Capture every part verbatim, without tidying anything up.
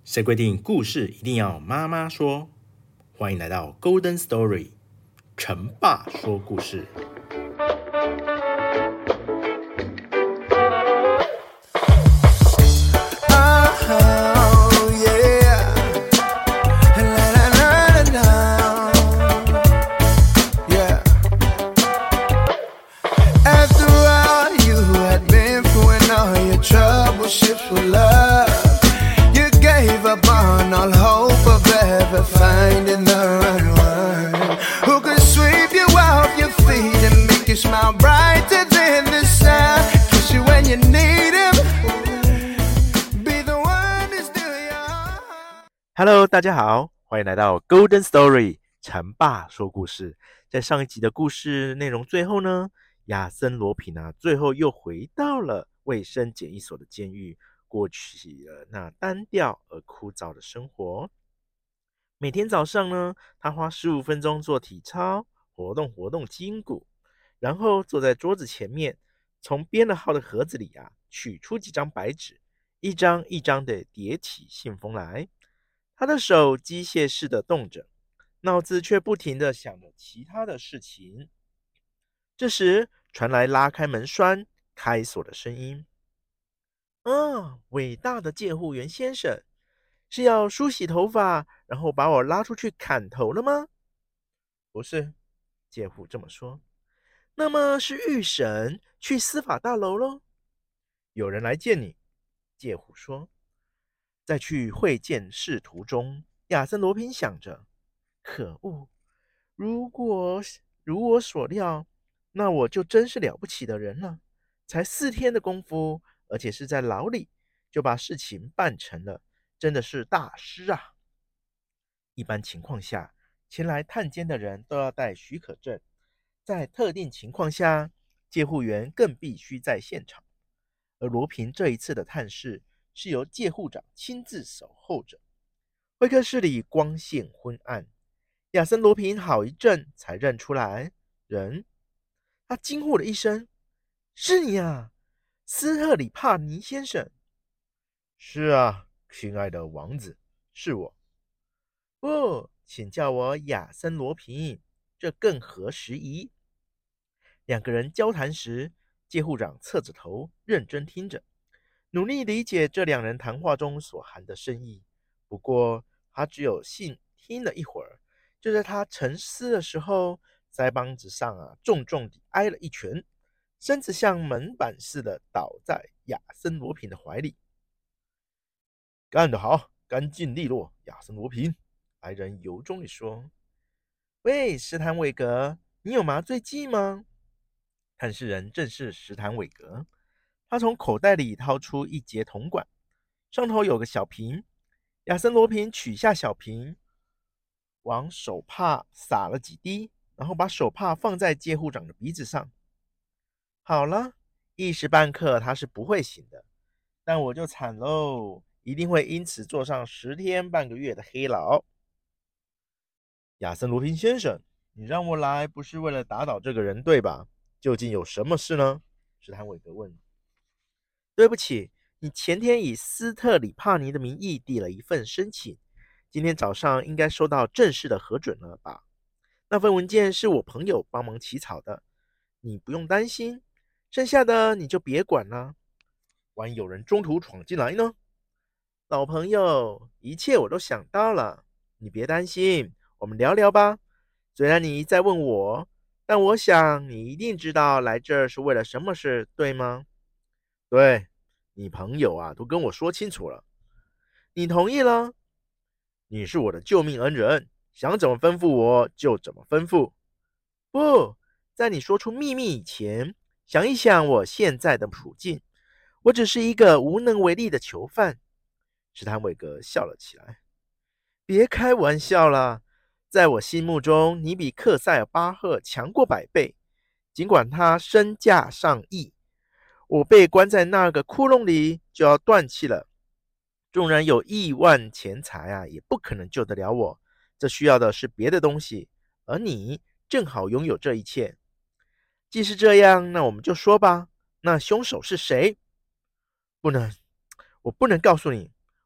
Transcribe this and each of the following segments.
谁规定故事一定要妈妈说？欢迎来到 Golden Story， 陈爸说故事。Hello， 大家好，欢迎来到 Golden Story， 陈爸说故事。在上一集的故事内容最后呢，亚森罗平啊，最后又回到了卫生检疫所的监狱，过起了那单调而枯燥的生活。每天早上呢，他花十五分钟做体操，活动活动筋骨，然后坐在桌子前面，从编了号的盒子里啊，取出几张白纸，一张一张的叠起信封来。他的手机械式的动着，脑子却不停地想着其他的事情。这时传来拉开门栓、开锁的声音。啊，伟大的戒护员先生，是要梳洗头发，然后把我拉出去砍头了吗？不是，戒护这么说。那么是预审去司法大楼咯？有人来见你，戒护说。在去会见室途中，亚森罗平想着：可恶！如果如我所料，那我就真是了不起的人了。才四天的功夫，而且是在牢里，就把事情办成了，真的是大师啊！一般情况下，前来探监的人都要带许可证，在特定情况下，戒护员更必须在现场。而罗平这一次的探视，是由戒护长亲自守候着。会客室里光线昏暗，亚森罗平好一阵才认出来人。他惊呼了一声：是你啊，斯特里帕尼先生。是啊，亲爱的王子，是我。不，请叫我亚森罗平，这更合时宜。两个人交谈时，戒护长侧着头认真听着，努力理解这两人谈话中所含的深意。不过他只有幸听了一会儿，就在他沉思的时候，腮帮子上啊重重地挨了一拳，身子像门板似的倒在亚森罗平的怀里。干得好，干净利落，亚森罗平。来人由衷地说。喂，史坦韦格，你有麻醉剂吗？探视人正是史坦韦格。他从口袋里掏出一节铜管，上头有个小瓶。亚森罗平取下小瓶，往手帕撒了几滴，然后把手帕放在戒护长的鼻子上。好了，一时半刻他是不会醒的，但我就惨喽，一定会因此坐上十天半个月的黑牢。亚森罗平先生，你让我来不是为了打倒这个人对吧？究竟有什么事呢？史坦韦格问。对不起，你前天以斯特里帕尼的名义递了一份申请，今天早上应该收到正式的核准了吧？那份文件是我朋友帮忙起草的，你不用担心，剩下的你就别管了。万一有人中途闯进来呢？老朋友，一切我都想到了，你别担心，我们聊聊吧。虽然你在问我，但我想你一定知道来这儿是为了什么事，对吗？对，你朋友啊，都跟我说清楚了。你同意了？你是我的救命恩人，想怎么吩咐我就怎么吩咐。不，在你说出秘密以前，想一想我现在的处境。我只是一个无能为力的囚犯。史坦韦格笑了起来。别开玩笑了，在我心目中，你比克塞尔巴赫强过百倍。尽管他身价上亿，我被关在那个窟窿里就要断气了。纵然有亿万钱财啊，也不可能救得了我。这需要的是别的东西，而你正好拥有这一切。既是这样，那我们就说吧。那凶手是谁？不能，我不能告诉你。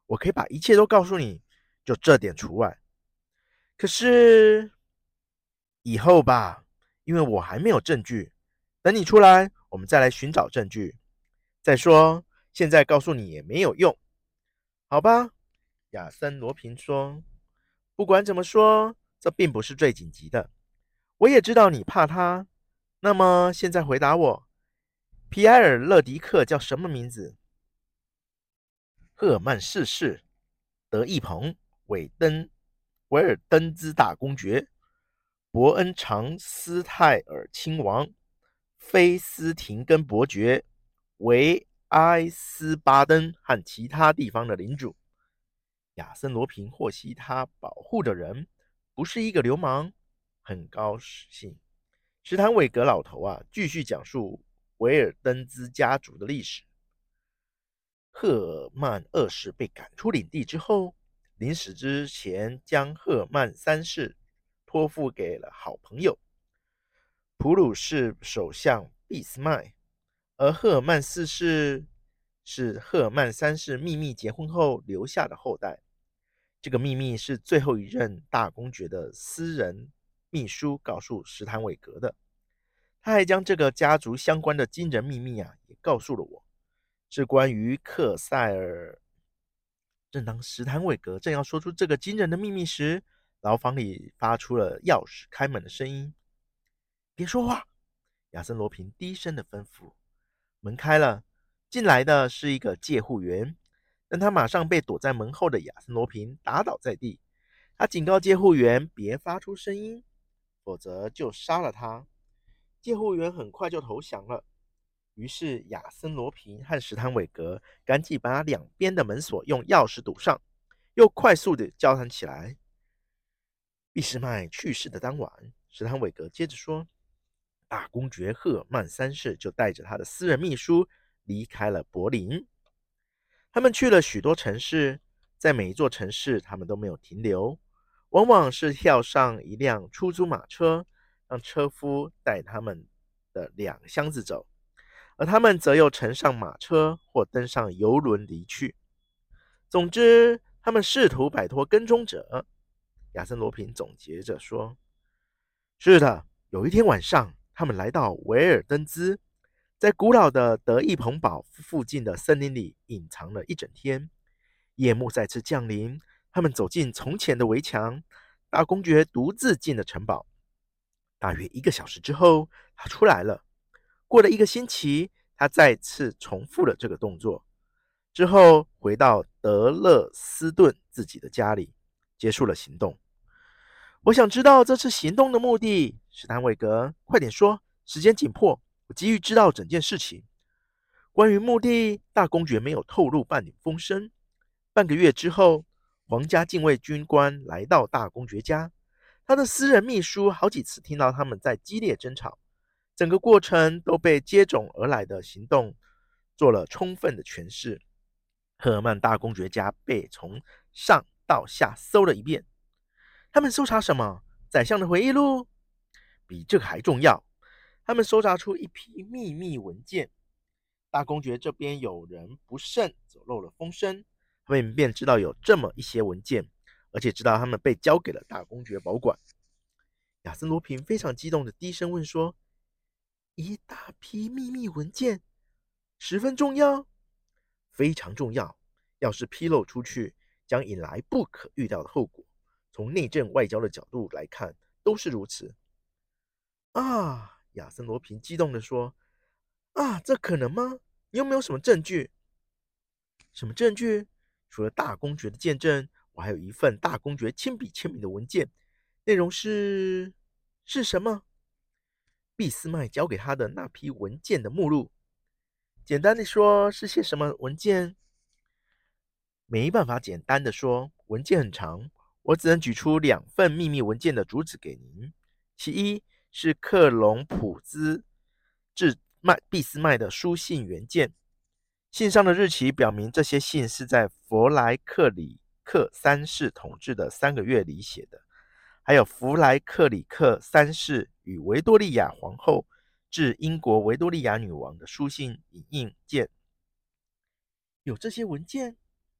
我可以把一切都告诉你，就这点除外。可是以后吧，因为我还没有证据，等你出来，我们再来寻找证据。再说，现在告诉你也没有用，好吧？亚森罗平说：不管怎么说，这并不是最紧急的。我也知道你怕他。那么现在回答我，皮埃尔·勒迪克叫什么名字？赫尔曼四世、德意朋、韦登、维尔登兹大公爵、伯恩长斯泰尔亲王、菲斯廷根伯爵、维埃斯巴登和其他地方的领主。亚森罗平获悉他保护的人不是一个流氓，很高兴。史坦韦格老头啊，继续讲述维尔登兹家族的历史。赫尔曼二世被赶出领地之后，临死之前将赫尔曼三世托付给了好朋友普鲁士首相俾斯麦，而赫尔曼四世是赫尔曼三世秘密结婚后留下的后代。这个秘密是最后一任大公爵的私人秘书告诉史坦韦格的。他还将这个家族相关的惊人秘密啊，也告诉了我，是关于克塞尔。正当史坦韦格正要说出这个惊人的秘密时，牢房里发出了钥匙开门的声音。别说话，亚森罗平低声的吩咐。门开了，进来的是一个戒护员，但他马上被躲在门后的亚森罗平打倒在地。他警告戒护员别发出声音，否则就杀了他。戒护员很快就投降了。于是亚森罗平和史坦韦格赶紧把两边的门锁用钥匙堵上，又快速地交谈起来。俾斯麦去世的当晚，史坦韦格接着说，大公爵赫尔曼三世就带着他的私人秘书离开了柏林。他们去了许多城市，在每一座城市他们都没有停留，往往是跳上一辆出租马车，让车夫带他们的两个箱子走，而他们则又乘上马车或登上游轮离去。总之，他们试图摆脱跟踪者。亚森罗平总结着说：是的，有一天晚上，他们来到维尔登兹，在古老的德意朋堡附近的森林里隐藏了一整天。夜幕再次降临，他们走进从前的围墙，大公爵独自进了城堡。大约一个小时之后，他出来了。过了一个星期，他再次重复了这个动作，之后回到德勒斯顿自己的家里，结束了行动。我想知道这次行动的目的，史坦韦格，快点说，时间紧迫，我急于知道整件事情。关于目的，大公爵没有透露半点风声。半个月之后，皇家禁卫军官来到大公爵家，他的私人秘书好几次听到他们在激烈争吵，整个过程都被接踵而来的行动做了充分的诠释。赫尔曼大公爵家被从上到下搜了一遍。他们搜查什么？宰相的回忆录？比这个还重要，他们搜查出一批秘密文件。大公爵这边有人不慎走漏了风声，他们便知道有这么一些文件，而且知道他们被交给了大公爵保管。亚森罗平非常激动的低声问说：一大批秘密文件，十分重要？非常重要，要是披露出去，将引来不可预料的后果。从内政外交的角度来看，都是如此。啊！亚森罗平激动地说：啊，这可能吗？你有没有什么证据？什么证据？除了大公爵的见证，我还有一份大公爵亲笔签名的文件，内容是……是什么？俾斯麦交给他的那批文件的目录。简单的说，是些什么文件？没办法简单的说，文件很长，我只能举出两份秘密文件的主旨给您。其一是克隆普兹致俾斯麦的书信原件，信上的日期表明这些信是在弗莱克里克三世统治的三个月里写的。还有弗莱克里克三世与维多利亚皇后致英国维多利亚女王的书信影印件。有这些文件？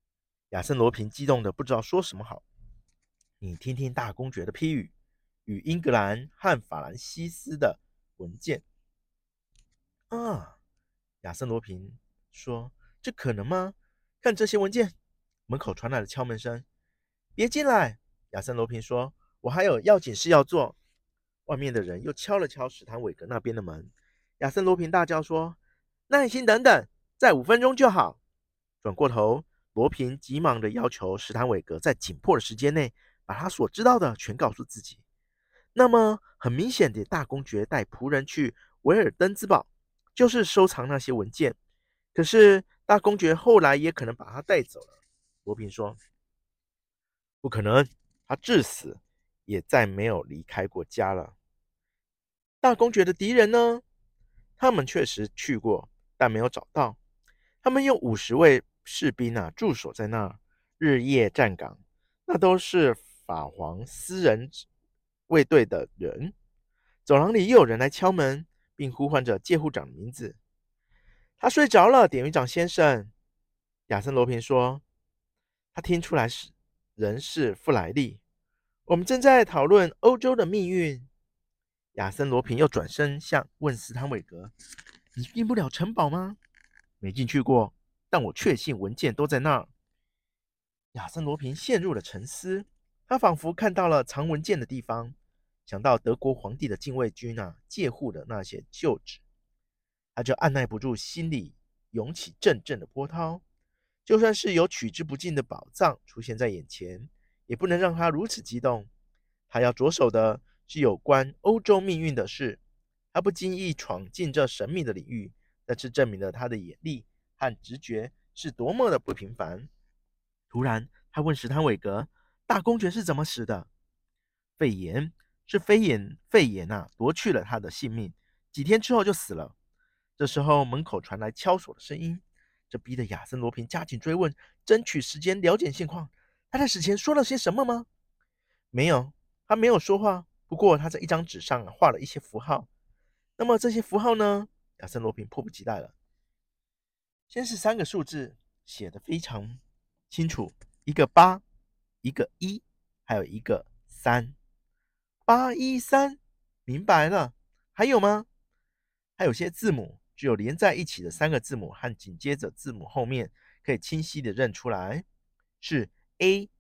亚森罗平激动的不知道说什么好。你听听大公爵的批语，与英格兰和法兰西斯的文件。啊，亚森罗平说：这可能吗？看这些文件。门口传来了敲门声。别进来，亚森罗平说：我还有要紧事要做。外面的人又敲了敲史坦韦格那边的门。亚森罗平大叫说：耐心等等，再五分钟就好。转过头，罗平急忙的要求史坦韦格在紧迫的时间内把他所知道的全告诉自己。那么很明显的，大公爵带仆人去维尔登兹堡，就是收藏那些文件。可是大公爵后来也可能把他带走了。罗平说：不可能，他至死也再没有离开过家了。大公爵的敌人呢？他们确实去过，但没有找到。他们有五十位士兵啊驻守在那儿，日夜站岗，那都是法皇私人卫队的人。走廊里又有人来敲门，并呼唤着戒护长的名字。他睡着了，典狱长先生。亚森罗平说。他听出来是人是富莱利。我们正在讨论欧洲的命运。亚森罗平又转身向问斯坦韦格：你进不了城堡吗？没进去过，但我确信文件都在那儿。亚森罗平陷入了沉思，他仿佛看到了藏文件的地方，想到德国皇帝的禁卫军啊戒护的那些旧址，他就按耐不住心里涌起阵阵的波涛。就算是有取之不尽的宝藏出现在眼前，也不能让他如此激动。他要着手的是有关欧洲命运的事。他不经意闯进这神秘的领域，再次证明了他的眼力和直觉是多么的不平凡。突然，他问史坦韦格：大公爵是怎么死的？肺炎，是肺炎，肺炎啊，夺去了他的性命，几天之后就死了。这时候，门口传来敲锁的声音。这逼得亚森罗平加紧追问，争取时间了解现况。他在死前说了些什么吗？没有，他没有说话。不过他在一张纸上画了一些符号。那么这些符号呢？亚森罗平迫不及待了。先是三个数字，写得非常清楚，一个八，一个一，还有一个三。八一三，明白了。还有吗？还有些字母。只有连在一起的三个字母和紧接着字母后面可以清晰地认出来，是 A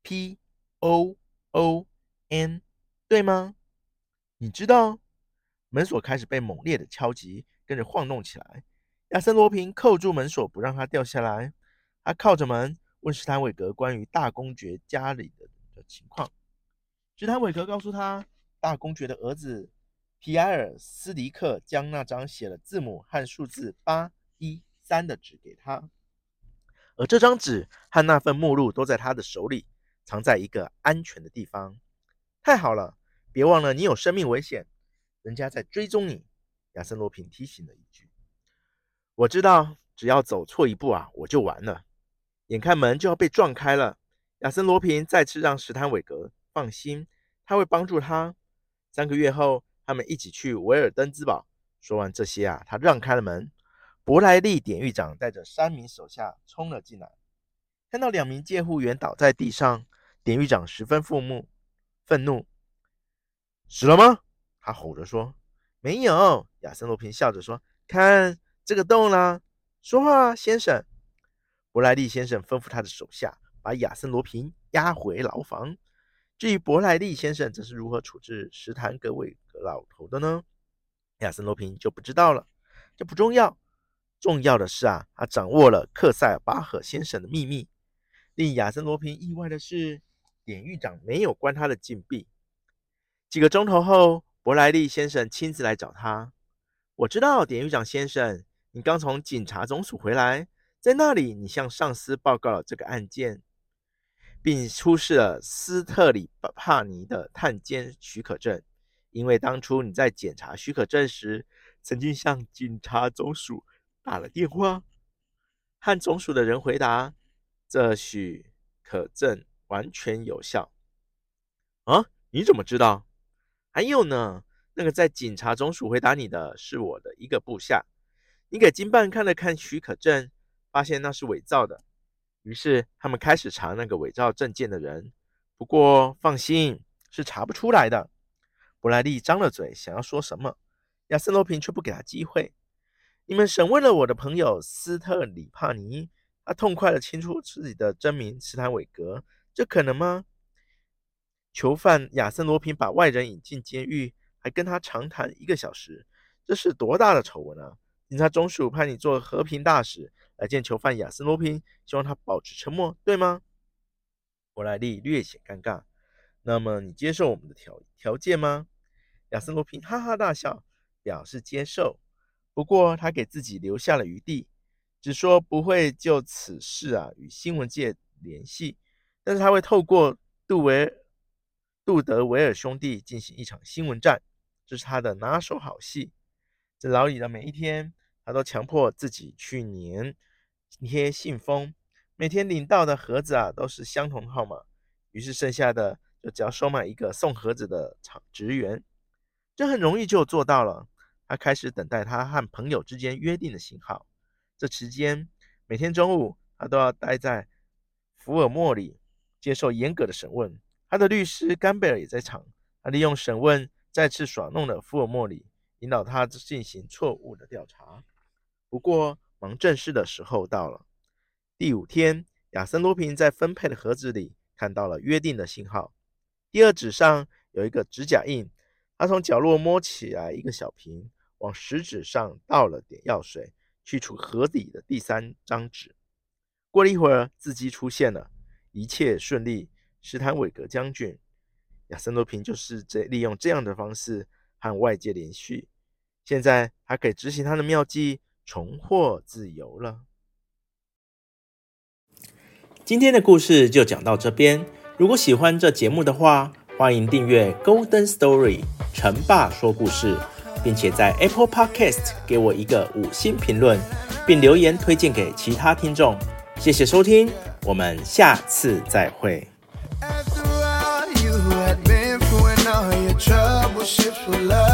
P O O N， 对吗？你知道？门锁开始被猛烈的敲击，跟着晃动起来。亚森罗平扣住门锁，不让它掉下来。他靠着门问史坦韦格关于大公爵家里的的情况。史坦韦格告诉他，大公爵的儿子皮埃尔斯迪克将那张写了字母和数字八一三的纸给他，而这张纸和那份目录都在他的手里，藏在一个安全的地方。太好了，别忘了你有生命危险，人家在追踪你。亚森罗平提醒了一句。我知道，只要走错一步啊，我就完了。眼看门就要被撞开了，亚森罗平再次让史坦韦格放心，他会帮助他。三个月后，他们一起去维尔登兹堡。说完这些啊，他让开了门。伯莱利典狱长带着三名手下冲了进来，看到两名戒护员倒在地上，典狱长十分愤怒。愤怒，死了吗？他吼着说。没有，亚森罗平笑着说。看这个洞啦，说话啊，先生。伯莱利先生吩咐他的手下把亚森罗平押回牢房。至于伯莱利先生则是如何处置史坦格韦格老头的呢？亚森罗平就不知道了，这不重要。重要的是啊，他掌握了克塞尔巴赫先生的秘密。令亚森罗平意外的是，典狱长没有关他的禁闭。几个钟头后，伯莱利先生亲自来找他。我知道，典狱长先生，你刚从警察总署回来，在那里你向上司报告了这个案件，并出示了斯特里帕尼的探监许可证，因为当初你在检查许可证时，曾经向警察总署打了电话，和总署的人回答，这许可证完全有效。啊，你怎么知道？还有呢，那个在警察总署回答你的是我的一个部下，你给经办看了看许可证，发现那是伪造的。 于是他们开始查那个伪造证件的人，不过放心，是查不出来的。伯莱利张了嘴，想要说什么，亚森罗平却不给他机会。你们审问了我的朋友斯特里帕尼，他痛快地清出自己的真名斯坦韦格，这可能吗？囚犯亚森罗平把外人引进监狱，还跟他长谈一个小时，这是多大的丑闻啊！警察中署派你做和平大使来见囚犯亚森罗平，希望他保持沉默，对吗？伯莱利略显尴尬。那么你接受我们的 条, 条件吗？亚森罗平哈哈大笑，表示接受。不过他给自己留下了余地，只说不会就此事啊与新闻界联系，但是他会透过杜维杜德维尔兄弟进行一场新闻战，这是他的拿手好戏。在牢里的每一天，他都强迫自己去粘贴信封，每天领到的盒子啊都是相同号码，于是剩下的就只要收买一个送盒子的厂职员，这很容易就做到了。他开始等待他和朋友之间约定的信号，这期间每天中午他都要待在福尔莫里接受严格的审问，他的律师甘贝尔也在场，他利用审问再次耍弄了福尔莫里，引导他进行错误的调查。不过忙正事的时候到了。第五天，亚森罗平在分配的盒子里看到了约定的信号，第二纸上有一个指甲印，他从角落摸起来一个小瓶，往食指上倒了点药水，去除盒底的第三张纸。过了一会儿，字迹出现了，一切顺利。史坦韦格将军，亚森罗平就是这利用这样的方式和外界联系。现在他可以执行他的妙计，重获自由了。今天的故事就讲到这边。如果喜欢这节目的话，欢迎订阅 Golden Story 陈爸说故事，并且在 Apple Podcast 给我一个五星评论，并留言推荐给其他听众。谢谢收听，我们下次再会。Troubleships with love